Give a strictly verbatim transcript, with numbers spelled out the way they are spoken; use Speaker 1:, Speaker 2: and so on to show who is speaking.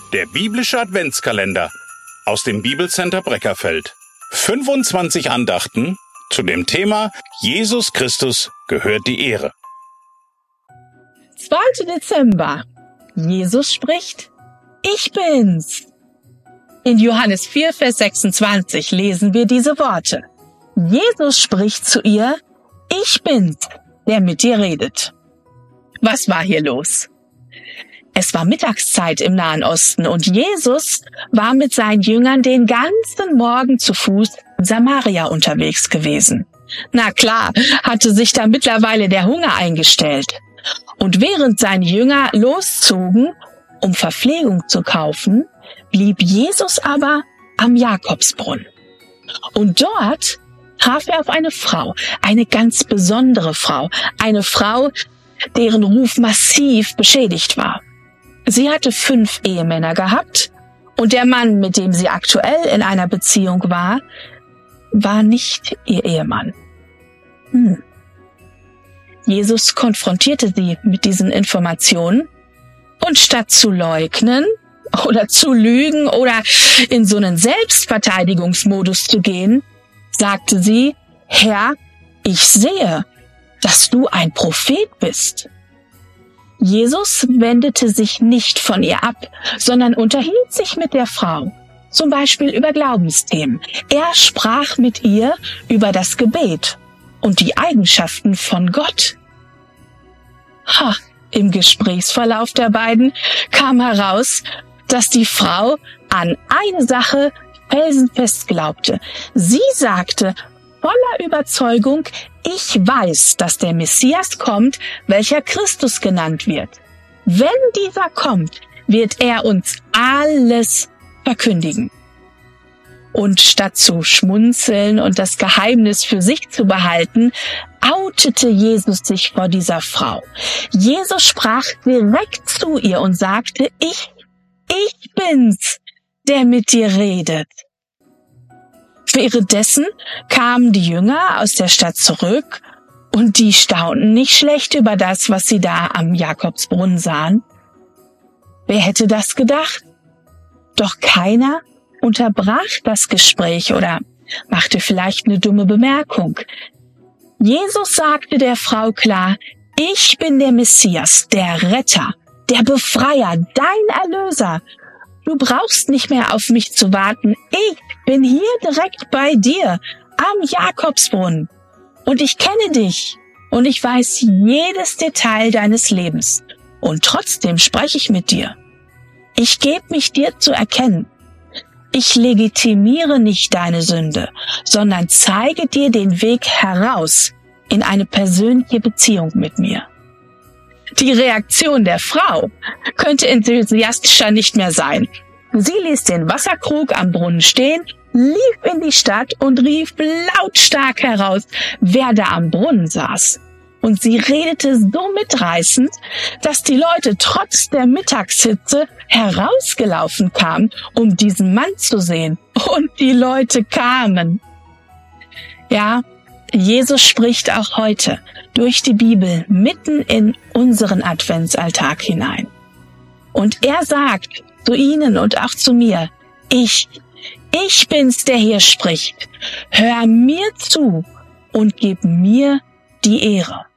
Speaker 1: Der biblische Adventskalender aus dem Bibelcenter Breckerfeld. fünfundzwanzig Andachten zu dem Thema Jesus Christus gehört die Ehre.
Speaker 2: zweiter Dezember. Jesus spricht: Ich bin's. In Johannes vier, Vers sechsundzwanzig lesen wir diese Worte. Jesus spricht zu ihr: Ich bin's, der mit dir redet. Was war hier los? Es war Mittagszeit im Nahen Osten und Jesus war mit seinen Jüngern den ganzen Morgen zu Fuß in Samaria unterwegs gewesen. Na klar, hatte sich da mittlerweile der Hunger eingestellt. Und während seine Jünger loszogen, um Verpflegung zu kaufen, blieb Jesus aber am Jakobsbrunnen. Und dort traf er auf eine Frau, eine ganz besondere Frau, eine Frau, deren Ruf massiv beschädigt war. Sie hatte fünf Ehemänner gehabt und der Mann, mit dem sie aktuell in einer Beziehung war, war nicht ihr Ehemann. Hm. Jesus konfrontierte sie mit diesen Informationen und statt zu leugnen oder zu lügen oder in so einen Selbstverteidigungsmodus zu gehen, sagte sie: Herr, ich sehe, dass du ein Prophet bist. Jesus wendete sich nicht von ihr ab, sondern unterhielt sich mit der Frau, zum Beispiel über Glaubensthemen. Er sprach mit ihr über das Gebet und die Eigenschaften von Gott. Ha, im Gesprächsverlauf der beiden kam heraus, dass die Frau an eine Sache felsenfest glaubte. Sie sagte voller Überzeugung: Ich weiß, dass der Messias kommt, welcher Christus genannt wird. Wenn dieser kommt, wird er uns alles verkündigen. Und statt zu schmunzeln und das Geheimnis für sich zu behalten, outete Jesus sich vor dieser Frau. Jesus sprach direkt zu ihr und sagte: Ich, ich bin's, der mit dir redet. Währenddessen kamen die Jünger aus der Stadt zurück und die staunten nicht schlecht über das, was sie da am Jakobsbrunnen sahen. Wer hätte das gedacht? Doch keiner unterbrach das Gespräch oder machte vielleicht eine dumme Bemerkung. Jesus sagte der Frau klar: Ich bin der Messias, der Retter, der Befreier, dein Erlöser. Du brauchst nicht mehr auf mich zu warten. Ich bin hier direkt bei dir am Jakobsbrunnen. Und ich kenne dich und ich weiß jedes Detail deines Lebens. Und trotzdem spreche ich mit dir. Ich gebe mich dir zu erkennen. Ich legitimiere nicht deine Sünde, sondern zeige dir den Weg heraus in eine persönliche Beziehung mit mir. Die Reaktion der Frau könnte enthusiastischer nicht mehr sein. Sie ließ den Wasserkrug am Brunnen stehen, lief in die Stadt und rief lautstark heraus, wer da am Brunnen saß. Und sie redete so mitreißend, dass die Leute trotz der Mittagshitze herausgelaufen kamen, um diesen Mann zu sehen. Und die Leute kamen. Ja, Jesus spricht auch heute durch die Bibel mitten in unseren Adventsalltag hinein. Und er sagt zu Ihnen und auch zu mir: Ich, ich bin's, der hier spricht. Hör mir zu und gib mir die Ehre.